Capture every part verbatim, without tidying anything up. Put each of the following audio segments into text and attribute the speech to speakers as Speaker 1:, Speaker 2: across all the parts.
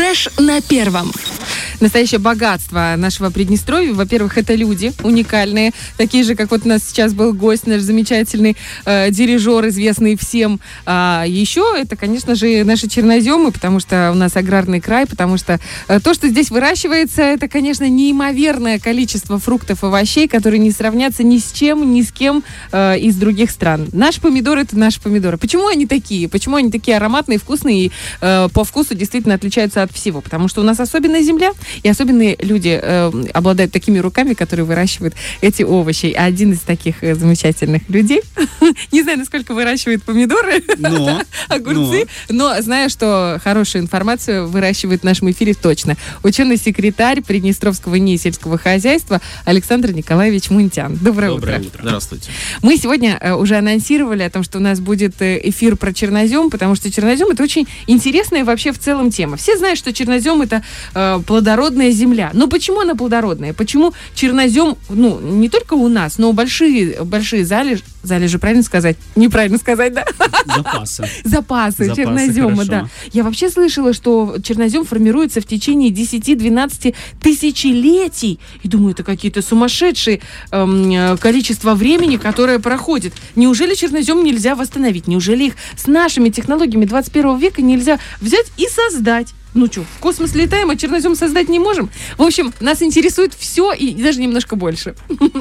Speaker 1: Фреш на первом. Настоящее богатство нашего Приднестровья. Во-первых, это люди уникальные, такие же, как вот у нас сейчас был гость, наш замечательный э, дирижер, известный всем. А еще это, конечно же, наши черноземы, потому что у нас аграрный край, потому что э, то, что здесь выращивается, это, конечно, неимоверное количество фруктов и овощей, которые не сравнятся ни с чем, ни с кем э, из других стран. Наш помидор — это наши помидоры. Почему они такие? Почему они такие ароматные, вкусные и э, по вкусу действительно отличаются от всего? Потому что у нас особенная земля, и особенные люди э, обладают такими руками, которые выращивают эти овощи. А один из таких э, замечательных людей, не знаю, насколько выращивает помидоры, но, огурцы, но. но знаю, что хорошую информацию выращивает в нашем эфире точно. Ученый-секретарь Приднестровского НИИ сельского хозяйства Александр Николаевич Мунтян. Доброе,
Speaker 2: Доброе
Speaker 1: утро.
Speaker 2: утро. Здравствуйте.
Speaker 1: Мы сегодня э, уже анонсировали о том, что у нас будет э, эфир про чернозем, потому что чернозем — это очень интересная вообще в целом тема. Все знают, что чернозем — это э, плодородная земля. Но почему она плодородная? Почему чернозем, ну, не только у нас, но большие, большие залежи, залежи, правильно сказать? Неправильно сказать, да?
Speaker 2: Запасы.
Speaker 1: Запасы,
Speaker 2: Запасы
Speaker 1: чернозема,
Speaker 2: хорошо.
Speaker 1: да. Я вообще слышала, что чернозем формируется в течение десять-двенадцать тысячелетий. И думаю, это какие-то сумасшедшие эм, количество времени, которое проходит. Неужели чернозем нельзя восстановить? Неужели их с нашими технологиями двадцать первого века нельзя взять и создать? Ну что, в космос летаем, а чернозем создать не можем? В общем, нас интересует все и даже немножко больше.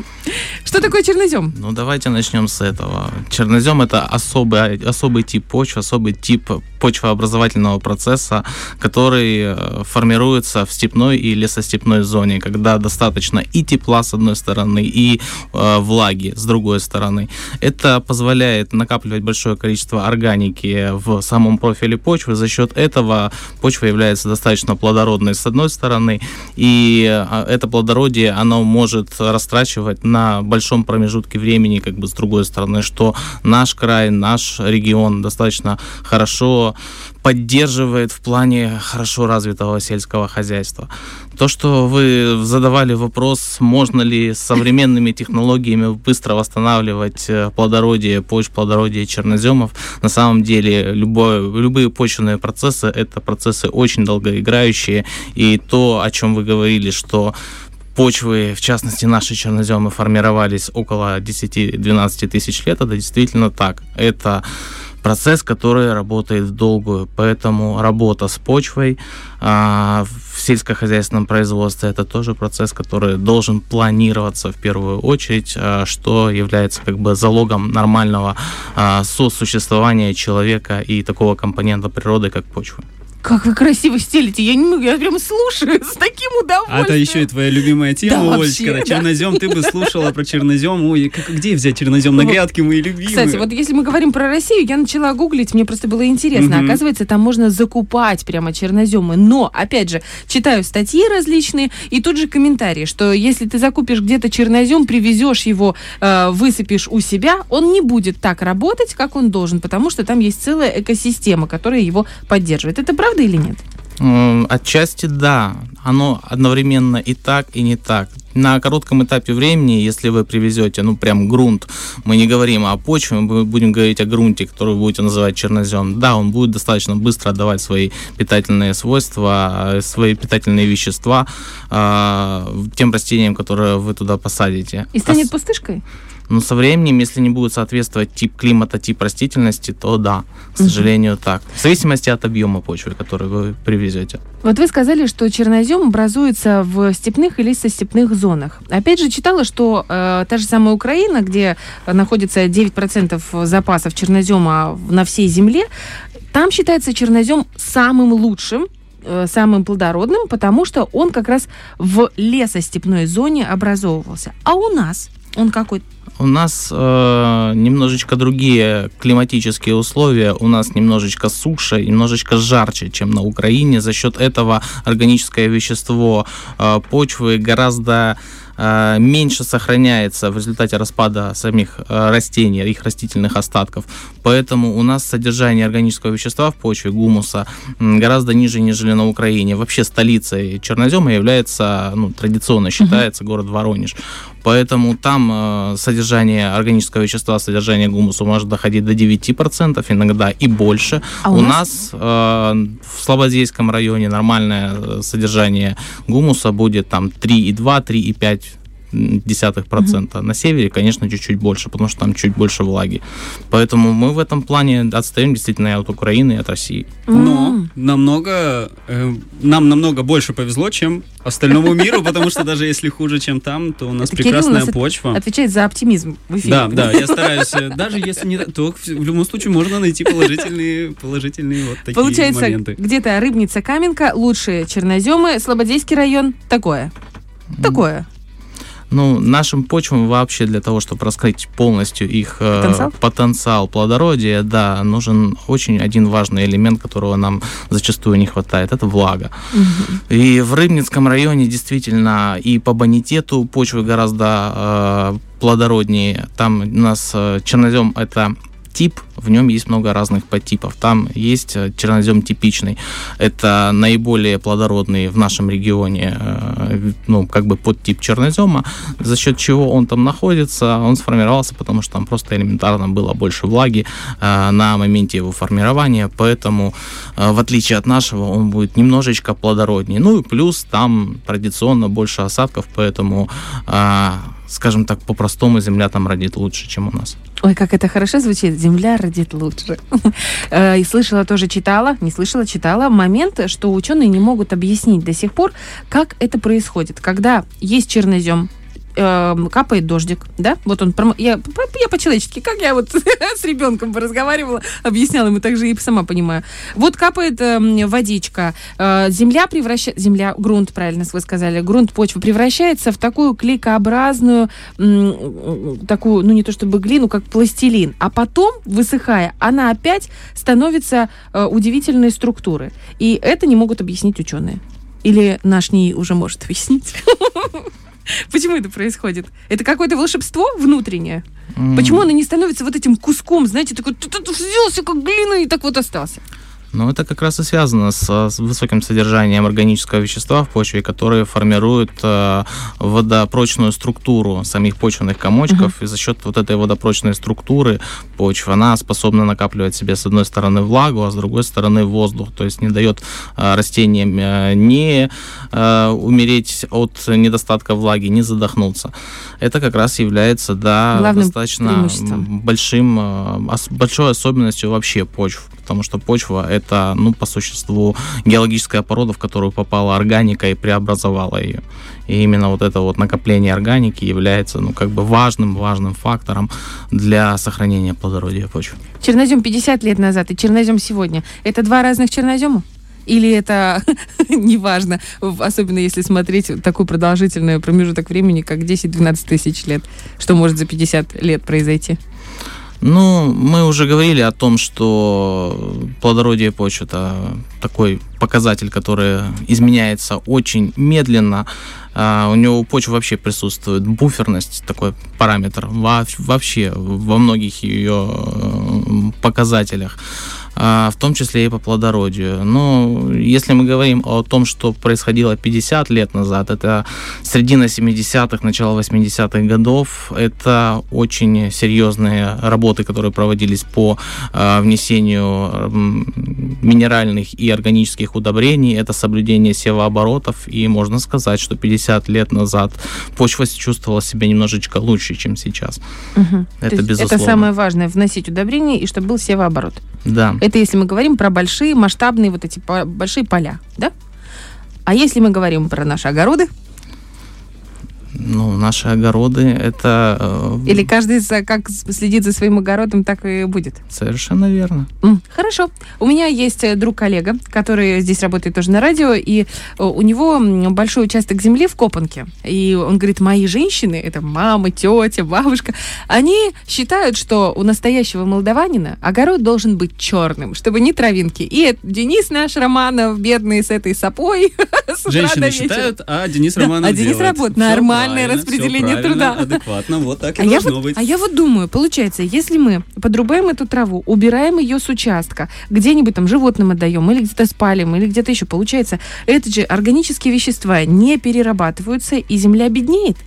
Speaker 1: Что такое чернозем?
Speaker 2: Ну, давайте начнем с этого. Чернозем — это особый, особый тип почвы, особый тип почвообразовательного процесса, который формируется в степной и лесостепной зоне, когда достаточно и тепла с одной стороны, и э, влаги с другой стороны. Это позволяет накапливать большое количество органики в самом профиле почвы. За счет этого почва является достаточно плодородной с одной стороны, и это плодородие оно может растрачивать на большом промежутке времени, как бы с другой стороны, что наш край, наш регион достаточно хорошо поддерживает в плане хорошо развитого сельского хозяйства. То, что вы задавали вопрос, можно ли с современными технологиями быстро восстанавливать плодородие почв, плодородие черноземов, на самом деле любое, любые почвенные процессы — это процессы очень долгоиграющие, и то, о чем вы говорили, что почвы, в частности, наши черноземы формировались около десять-двенадцать тысяч лет, это действительно так. Это процесс, который работает в долгую, поэтому работа с почвой а, в сельскохозяйственном производстве — это тоже процесс, который должен планироваться в первую очередь, а, что является как бы залогом нормального а, сосуществования человека и такого компонента природы, как почва.
Speaker 1: Как вы красиво стелите, я не могу, я прям слушаю с таким удовольствием.
Speaker 3: А это еще и твоя любимая тема,
Speaker 1: да,
Speaker 3: Олечка.
Speaker 1: вообще, да.
Speaker 3: Чернозем, ты бы слушала про чернозем. Ой, как, где взять чернозем? На грядке мои любимые.
Speaker 1: Кстати, вот если мы говорим про Россию, я начала гуглить, мне просто было интересно.
Speaker 3: Угу.
Speaker 1: Оказывается, там можно закупать прямо черноземы. Но, опять же, читаю статьи различные, и тут же комментарии, что если ты закупишь где-то чернозем, привезешь его, э, высыпешь у себя, он не будет так работать, как он должен, потому что там есть целая экосистема, которая его поддерживает. Это правда или нет?
Speaker 2: Отчасти да. Оно одновременно и так, и не так. На коротком этапе времени, если вы привезете, ну, прям грунт, мы не говорим о почве, мы будем говорить о грунте, который вы будете называть чернозем. Да, он будет достаточно быстро отдавать свои питательные свойства, свои питательные вещества э, тем растениям, которые вы туда посадите.
Speaker 1: И станет
Speaker 2: а
Speaker 1: пустышкой?
Speaker 2: Ну, со временем, если не будет соответствовать тип климата, тип растительности, то да, к сожалению, угу. так. В зависимости от объема почвы, который вы привезете.
Speaker 1: Вот вы сказали, что чернозем образуется в степных или лесостепных зонах. Опять же, читала, что э, та же самая Украина, где находится девять процентов запасов чернозема на всей земле, там считается чернозем самым лучшим, э, самым плодородным, потому что он как раз в лесостепной зоне образовывался. А у нас он какой?
Speaker 2: У нас э, немножечко другие климатические условия, у нас немножечко суше, немножечко жарче, чем на Украине. За счет этого органическое вещество э, почвы гораздо э, меньше сохраняется в результате распада самих э, растений, их растительных остатков. Поэтому у нас содержание органического вещества в почве, гумуса, гораздо ниже, нежели на Украине. Вообще столицей чернозема является, ну, традиционно считается, uh-huh. город Воронеж. Поэтому там э, содержание органического вещества, содержание гумуса может доходить до девять процентов, иногда и больше.
Speaker 1: А у,
Speaker 2: у
Speaker 1: нас,
Speaker 2: нас э, в Слободейском районе нормальное содержание гумуса будет там три и два - три и пять десятых процента. Mm-hmm. На севере, конечно, чуть-чуть больше, потому что там чуть больше влаги. Поэтому мы в этом плане отстаем действительно и от Украины, и от России.
Speaker 3: Mm-hmm. Но намного, э, нам намного больше повезло, чем остальному миру, потому что даже если хуже, чем там, то у нас прекрасная почва.
Speaker 1: Отвечает за оптимизм в эфире.
Speaker 3: Да, да, я стараюсь. Даже если не то, в любом случае можно найти положительные, положительные вот такие
Speaker 1: Получается,
Speaker 3: моменты.
Speaker 1: где-то Рыбница, Каменка, лучшие черноземы, Слободейский район такое. Такое.
Speaker 2: Ну, нашим почвам вообще для того, чтобы раскрыть полностью их
Speaker 1: потенциал,
Speaker 2: э, потенциал плодородия, да, нужен очень один важный элемент, которого нам зачастую не хватает, это влага. Угу. И в Рыбницком районе действительно и по бонитету почвы гораздо э, плодороднее. Там у нас э, чернозем — это тип, в нем есть много разных подтипов. Там есть чернозем типичный. Это наиболее плодородный в нашем регионе, ну, как бы подтип чернозема, за счет чего он там находится. Он сформировался, потому что там просто элементарно было больше влаги на моменте его формирования, поэтому, в отличие от нашего, он будет немножечко плодороднее. Ну и плюс там традиционно больше осадков, поэтому, скажем так, по-простому, земля там родит лучше, чем у нас.
Speaker 1: Ой, как это хорошо звучит. Земля родит лучше. И слышала, тоже читала, не слышала, читала момент, что ученые не могут объяснить до сих пор, как это происходит. Когда есть чернозем, капает дождик, да, вот он, я, я по-человечески, как я вот с ребенком разговаривала, объясняла ему, так же и сама понимаю. Вот капает э, водичка, э, земля превращается, земля, грунт, правильно вы сказали, грунт, почва превращается в такую клейкообразную, м, такую, ну не то чтобы глину, как пластилин, а потом, высыхая, она опять становится э, удивительной структуры. И это не могут объяснить ученые. Или наш НИИ уже может объяснить. Почему это происходит? Это какое-то волшебство внутреннее? Mm. Почему оно не становится вот этим куском, знаете, такой, ты взялся как глина и так вот остался?
Speaker 2: Ну, это как раз и связано с, с высоким содержанием органического вещества в почве, которые формируют э, водопрочную структуру самих почвенных комочков. Uh-huh. И за счет вот этой водопрочной структуры почва, она способна накапливать себе с одной стороны влагу, а с другой стороны воздух. То есть не дает э, растениям э, не э, умереть от недостатка влаги, не задохнуться. Это как раз является, да,
Speaker 1: главным
Speaker 2: достаточно большим, э, ос- большой особенностью вообще почв. Потому что почва — это, ну, по существу, геологическая порода, в которую попала органика и преобразовала ее. И именно вот это вот накопление органики является, ну, как бы важным-важным фактором для сохранения плодородия почвы.
Speaker 1: Чернозем пятьдесят лет назад и чернозем сегодня — это два разных чернозема? Или это неважно, особенно если смотреть такой продолжительный промежуток времени, как десять-двенадцать тысяч лет? Что может за пятьдесят лет произойти?
Speaker 2: Ну, мы уже говорили о том, что плодородие почвы — это такой показатель, который изменяется очень медленно. Uh, у него у почвы вообще присутствует буферность, такой параметр, во- вообще во многих ее показателях, uh, в том числе и по плодородию. Но если мы говорим о том, что происходило пятьдесят лет назад, это середина семидесятых, начало восьмидесятых годов, это очень серьезные работы, которые проводились по uh, внесению uh, минеральных и органических удобрений, это соблюдение севооборотов, и можно сказать, что пятьдесят лет назад почва чувствовала себя немножечко лучше, чем сейчас.
Speaker 1: Угу.
Speaker 2: Это
Speaker 1: То
Speaker 2: безусловно.
Speaker 1: Это самое важное, вносить удобрения, и чтобы был севооборот.
Speaker 2: Да.
Speaker 1: Это если мы говорим про большие, масштабные вот эти по- большие поля, да? А если мы говорим про наши огороды?
Speaker 2: Ну, наши огороды — это... Э,
Speaker 1: Или каждый за, как следит за своим огородом, так и будет?
Speaker 2: Совершенно верно.
Speaker 1: Mm, хорошо. У меня есть друг-коллега, который здесь работает тоже на радио, и у него большой участок земли в Копанке. И он говорит, мои женщины, это мама, тетя, бабушка, они считают, что у настоящего молдаванина огород должен быть черным, чтобы не травинки. И Денис наш Романов, бедный с этой сапой, с утра
Speaker 3: Женщины
Speaker 1: до вечера.
Speaker 3: считают, а Денис Романов
Speaker 1: А Денис
Speaker 3: делает.
Speaker 1: работает.
Speaker 3: Всё
Speaker 1: Нормальное
Speaker 3: правильно,
Speaker 1: распределение
Speaker 3: всё правильно,
Speaker 1: труда.
Speaker 3: адекватно, вот так и
Speaker 1: а
Speaker 3: должно
Speaker 1: я вот,
Speaker 3: быть.
Speaker 1: А я вот думаю, получается, если мы подрубаем эту траву, убираем ее с участка, где-нибудь там животным отдаем, или где-то спалим, или где-то еще, получается, это же органические вещества не перерабатываются, и земля беднеет.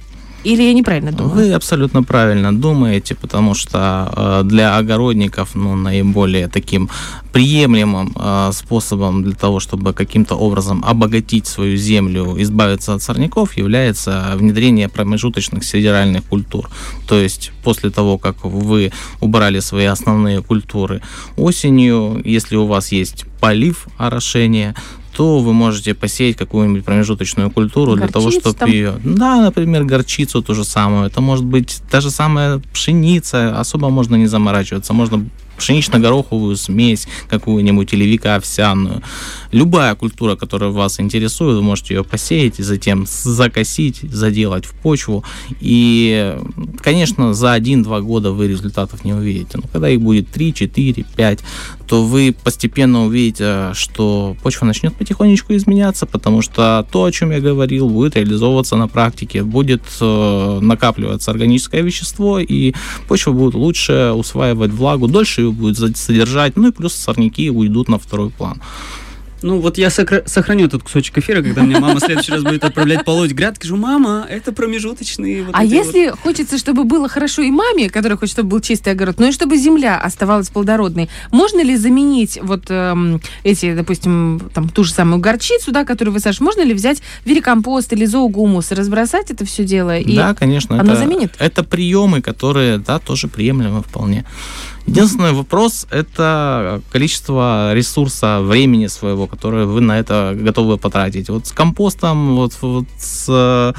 Speaker 1: Или я неправильно думаю?
Speaker 2: Вы абсолютно правильно думаете, потому что для огородников, ну, наиболее таким приемлемым способом для того, чтобы каким-то образом обогатить свою землю, избавиться от сорняков, является внедрение промежуточных сидеральных культур. То есть после того, как вы убрали свои основные культуры осенью, если у вас есть полив, орошение, то вы можете посеять какую-нибудь промежуточную культуру горчицу для того, чтобы там... ее... Да, например, горчицу ту же самую. Это может быть та же самая пшеница. Особо можно не заморачиваться. Можно пшенично-гороховую смесь какую-нибудь или вика-овсяную. Любая культура, которая вас интересует, вы можете ее посеять и затем закосить, заделать в почву. И, конечно, за один-два года вы результатов не увидите. Но когда их будет три, четыре, пять, то вы постепенно увидите, что почва начнет потихонечку изменяться, потому что то, о чем я говорил, будет реализовываться на практике, будет э, накапливаться органическое вещество, и почва будет лучше усваивать влагу, дольше ее будет содержать, ну и плюс сорняки уйдут на второй план.
Speaker 3: Ну, вот я сокра- сохраню этот кусочек эфира, когда мне мама в следующий раз будет отправлять полоть грядки, скажу: мама, это промежуточные... Вот
Speaker 1: а если
Speaker 3: вот...
Speaker 1: хочется, чтобы было хорошо и маме, которая хочет, чтобы был чистый огород, но и чтобы земля оставалась плодородной, можно ли заменить вот эм, эти, допустим, там, ту же самую горчицу, да, которую вы, Саша, можно ли взять вермикомпост или зоогумус и разбросать это все дело? И
Speaker 2: да, конечно.
Speaker 1: оно
Speaker 2: это,
Speaker 1: заменит?
Speaker 2: Это приемы, которые, да, тоже приемлемы вполне. Единственный вопрос – это количество ресурса, времени своего, которое вы на это готовы потратить. Вот с компостом, вот, вот с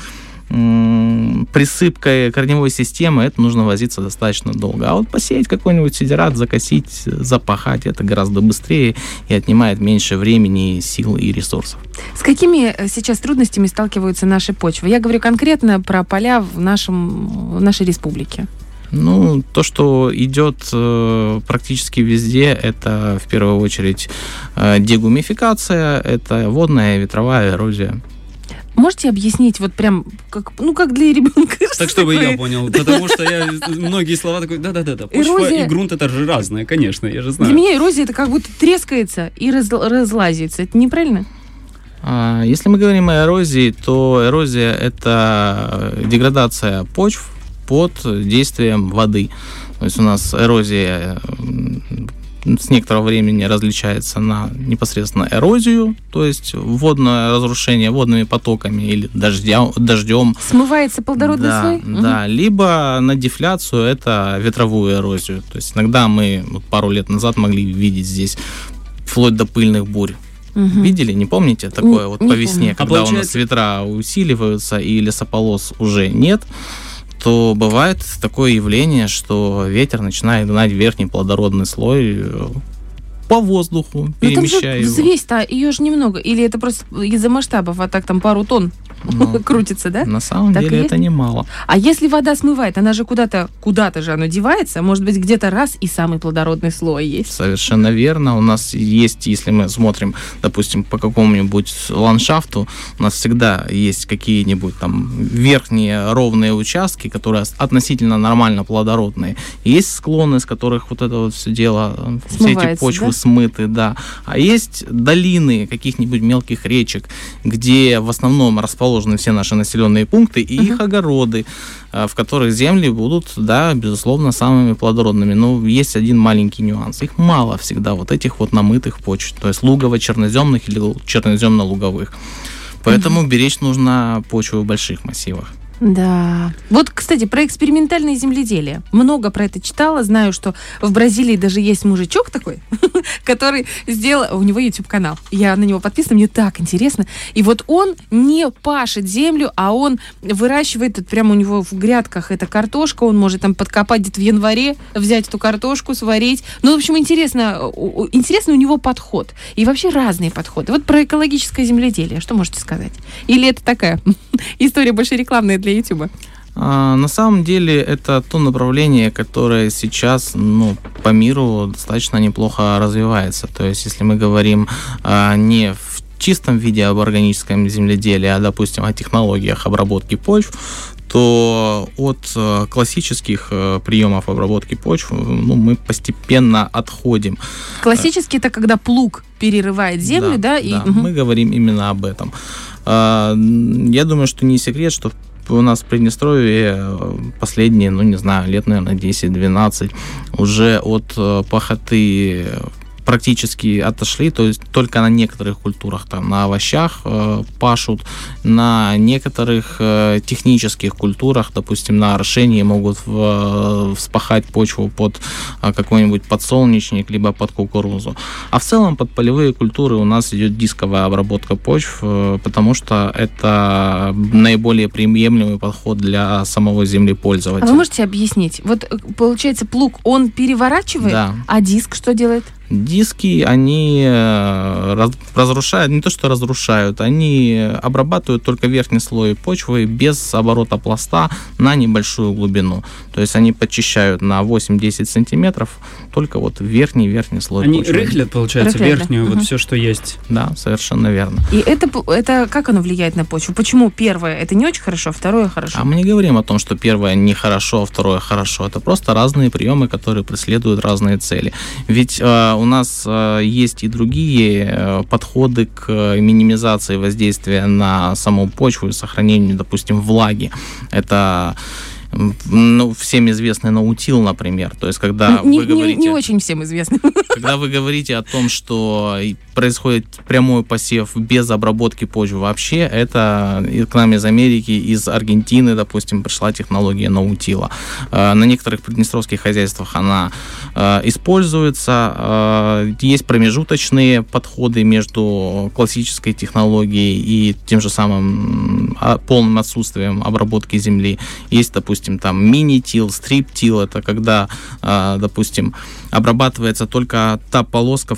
Speaker 2: м- присыпкой корневой системы это нужно возиться достаточно долго. А вот посеять какой-нибудь сидерат, закосить, запахать – это гораздо быстрее и отнимает меньше времени, сил и ресурсов.
Speaker 1: С какими сейчас трудностями сталкиваются наши почвы? Я говорю конкретно про поля в, нашем, в нашей республике.
Speaker 2: Ну, то, что идет э, практически везде, это в первую очередь э, дегумификация, это водная и ветровая эрозия.
Speaker 1: Можете объяснить вот прям, как, ну, как для ребенка?
Speaker 3: Так, чтобы я понял, потому что я многие слова такой, да-да-да, почва и грунт это же разное, конечно, я же знаю.
Speaker 1: Для меня эрозия это как будто трескается и раз, разлазится, это неправильно?
Speaker 2: Если мы говорим о эрозии, то эрозия это деградация почв под действием воды. То есть у нас эрозия с некоторого времени различается на непосредственно эрозию, то есть водное разрушение водными потоками или дождя, дождем.
Speaker 1: Смывается плодородный
Speaker 2: да,
Speaker 1: слой?
Speaker 2: Да, угу. Либо на дефляцию это ветровую эрозию. То есть иногда мы вот, пару лет назад могли видеть здесь вплоть до пыльных бурь. Угу. Видели, не помните такое не, вот не по весне, помню. Когда а получается... у нас ветра усиливаются и лесополос уже нет, то бывает такое явление, что ветер начинает гнать верхний плодородный слой по воздуху, перемещая его.
Speaker 1: Взвесь-то, ее же немного. Или это просто из-за масштабов, а так там пару тонн ну, крутится, да?
Speaker 2: На самом так деле это немало.
Speaker 1: А если вода смывает, она же куда-то, куда-то же она девается, может быть, где-то раз и самый плодородный слой есть.
Speaker 2: Совершенно верно. У нас есть, если мы смотрим, допустим, по какому-нибудь ландшафту, у нас всегда есть какие-нибудь там верхние ровные участки, которые относительно нормально плодородные. Есть склоны, с которых вот это вот все дело, все эти почвы, да? Смыты, да. А есть долины каких-нибудь мелких речек, где в основном расположены все наши населенные пункты и uh-huh. их огороды, в которых земли будут, да, безусловно, самыми плодородными. Но есть один маленький нюанс. Их мало всегда, вот этих вот намытых почв, то есть лугово-черноземных или черноземно-луговых. Поэтому uh-huh. беречь нужно почву в больших массивах.
Speaker 1: Да. Вот, кстати, про экспериментальное земледелие. Много про это читала. Знаю, что в Бразилии даже есть мужичок такой, который сделал... У него YouTube-канал. Я на него подписана, мне так интересно. И вот он не пашет землю, а он выращивает, прямо у него в грядках эта картошка, он может там подкопать где-то в январе, взять эту картошку, сварить. Ну, в общем, интересно, интересный у него подход. И вообще разные подходы. Вот про экологическое земледелие. Что можете сказать? Или это такая история больше рекламная для YouTube?
Speaker 2: А, на самом деле это то направление, которое сейчас, ну, по миру достаточно неплохо развивается. То есть, если мы говорим а, не в чистом виде об органическом земледелии, а, допустим, о технологиях обработки почв, то от классических приемов обработки почв, ну, мы постепенно отходим.
Speaker 1: Классический это когда плуг перерывает землю, да?
Speaker 2: Да,
Speaker 1: и...
Speaker 2: да
Speaker 1: угу.
Speaker 2: мы говорим именно об этом. Я думаю, что не секрет, что у нас в Приднестровье последние, ну, не знаю, лет, наверное, десять-двенадцать уже от пахоты практически отошли, то есть только на некоторых культурах, там, на овощах э, пашут, на некоторых э, технических культурах, допустим, на орошении могут в, э, вспахать почву под э, какой-нибудь подсолнечник, либо под кукурузу. А в целом под полевые культуры у нас идет дисковая обработка почв, э, потому что это наиболее приемлемый подход для самого землепользователя.
Speaker 1: А вы можете объяснить? Вот, получается, плуг, он переворачивает,
Speaker 2: да.
Speaker 1: А диск что делает?
Speaker 2: Диски, они разрушают, не то что разрушают, они обрабатывают только верхний слой почвы без оборота пласта на небольшую глубину. То есть они подчищают на восемь-десять сантиметров только вот верхний-верхний слой
Speaker 3: они
Speaker 2: почвы.
Speaker 3: Они рыхлят, получается,
Speaker 1: рыхлят,
Speaker 3: верхнюю,
Speaker 1: да.
Speaker 3: вот
Speaker 1: угу.
Speaker 3: все, что есть.
Speaker 2: Да, совершенно верно.
Speaker 1: И это, это как оно влияет на почву? Почему первое это не очень хорошо, а второе хорошо?
Speaker 2: А мы не говорим о том, что первое нехорошо, а второе хорошо. Это просто разные приемы, которые преследуют разные цели. Ведь э, у нас э, есть и другие э, подходы к минимизации воздействия на саму почву и сохранению, допустим, влаги. Это ну, всем известный наутил, например. То есть, когда
Speaker 1: не,
Speaker 2: вы говорите...
Speaker 1: Не, не очень всем известный.
Speaker 2: Когда вы говорите о том, что происходит прямой посев без обработки почвы вообще, это к нам из Америки, из Аргентины, допустим, пришла технология наутила. На некоторых приднестровских хозяйствах она используется. Есть промежуточные подходы между классической технологией и тем же самым полным отсутствием обработки земли. Есть, допустим, там мини-тил, стрип-тил, это когда, допустим, обрабатывается только та полоска, в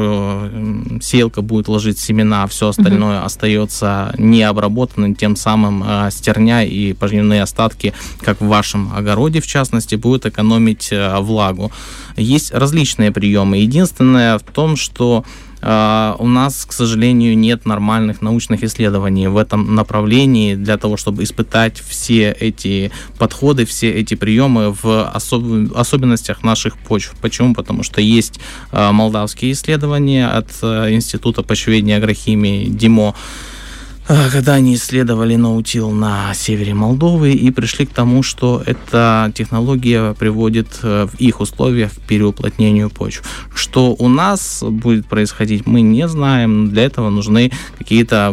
Speaker 2: которую сеялка будет ложить семена, а все остальное uh-huh. остается необработанным, тем самым стерня и пожнивные остатки, как в вашем огороде, в частности, будут экономить влагу. Есть различные приемы. Единственное в том, что Uh, у нас, к сожалению, нет нормальных научных исследований в этом направлении для того, чтобы испытать все эти подходы, все эти приемы в особ... особенностях наших почв. Почему? Потому что есть uh, молдавские исследования от uh, Института почвоведения и агрохимии ДИМО, когда они исследовали наутил на севере Молдовы и пришли к тому, что эта технология приводит в их условиях к переуплотнению почв. Что у нас будет происходить, мы не знаем. Для этого нужны какие-то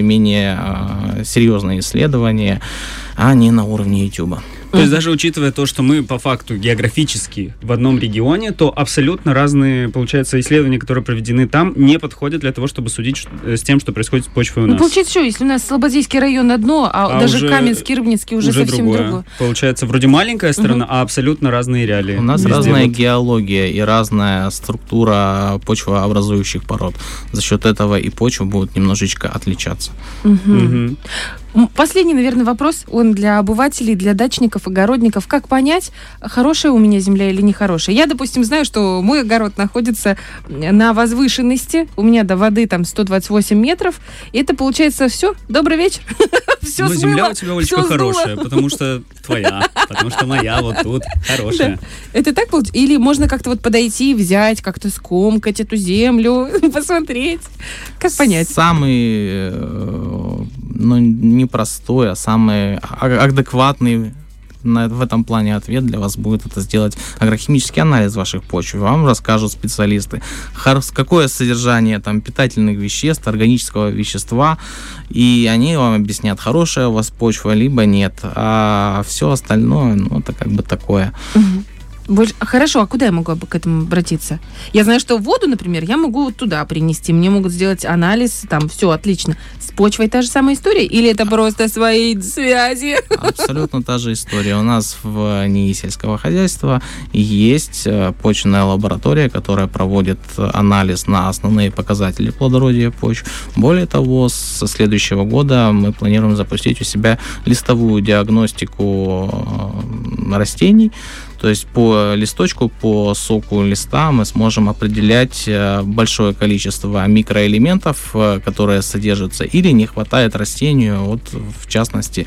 Speaker 2: более-менее серьезные исследования, а не на уровне YouTube.
Speaker 3: То есть даже учитывая то, что мы по факту географически в одном регионе, то абсолютно разные, получается, исследования, которые проведены там, не подходят для того, чтобы судить с тем, что происходит с почвой у нас.
Speaker 1: Ну, получается, что, если у нас Слободейский район одно, а, а даже уже, Каменский, Рыбницкий уже, уже совсем другое. другое.
Speaker 3: Получается, вроде маленькая страна, угу. а абсолютно разные реалии.
Speaker 2: У нас
Speaker 3: везде
Speaker 2: разная
Speaker 3: вот.
Speaker 2: геология и разная структура почвообразующих пород. За счет этого и почва будет немножечко отличаться.
Speaker 1: Угу. Угу. Последний, наверное, вопрос, он для обывателей, для дачников, огородников. Как понять, хорошая у меня земля или нехорошая? Я, допустим, знаю, что мой огород находится на возвышенности, у меня до воды там сто двадцать восемь метров, и это получается все, добрый вечер, все смыло,
Speaker 3: земля у тебя, Олечка, хорошая, потому что твоя, потому что моя вот тут хорошая.
Speaker 1: Это так получается? Или можно как-то вот подойти, взять, как-то скомкать эту землю, посмотреть? Как понять?
Speaker 2: Самый, ну, не простой, а самый адекватный в этом плане ответ для вас будет это сделать агрохимический анализ ваших почв. Вам расскажут специалисты, какое содержание там питательных веществ, органического вещества, и они вам объяснят, хорошая у вас почва, либо нет. А все остальное, ну, это как бы такое.
Speaker 1: Угу. Больше... Хорошо, а куда я могу к этому обратиться? Я знаю, что воду, например, я могу вот туда принести. Мне могут сделать анализ, там все отлично. С почвой та же самая история? Или это просто свои связи?
Speaker 2: Абсолютно та же история. У нас в НИИ сельского хозяйства есть почвенная лаборатория, которая проводит анализ на основные показатели плодородия почв. Более того, со следующего года мы планируем запустить у себя листовую диагностику растений. То есть по листочку, по соку листа мы сможем определять большое количество микроэлементов, которые содержатся, или не хватает растению, вот, в частности,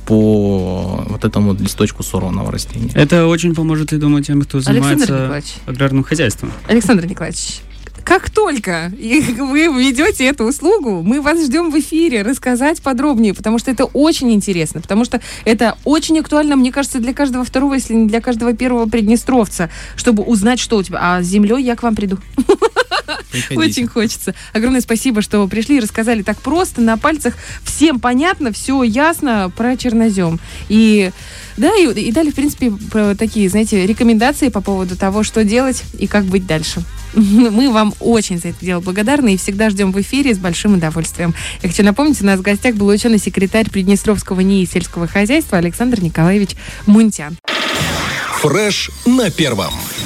Speaker 2: по вот этому листочку сорванного растения.
Speaker 3: Это очень поможет, я думаю, тем, кто занимается аграрным хозяйством.
Speaker 1: Александр Николаевич, как только вы ведете эту услугу, мы вас ждем в эфире рассказать подробнее, потому что это очень интересно, потому что это очень актуально, мне кажется, для каждого второго, если не для каждого первого приднестровца, чтобы узнать, что у тебя. А с землей я к вам приду. Приходите. Очень хочется. Огромное спасибо, что пришли и рассказали так просто, на пальцах. Всем понятно, все ясно про чернозем. И да, и, и дали, в принципе, такие, знаете, рекомендации по поводу того, что делать и как быть дальше. Мы вам очень за это дело благодарны и всегда ждем в эфире с большим удовольствием. Я хочу напомнить, у нас в гостях был ученый секретарь Приднестровского НИИ сельского хозяйства Александр Николаевич Мунтян.
Speaker 4: Фреш на первом.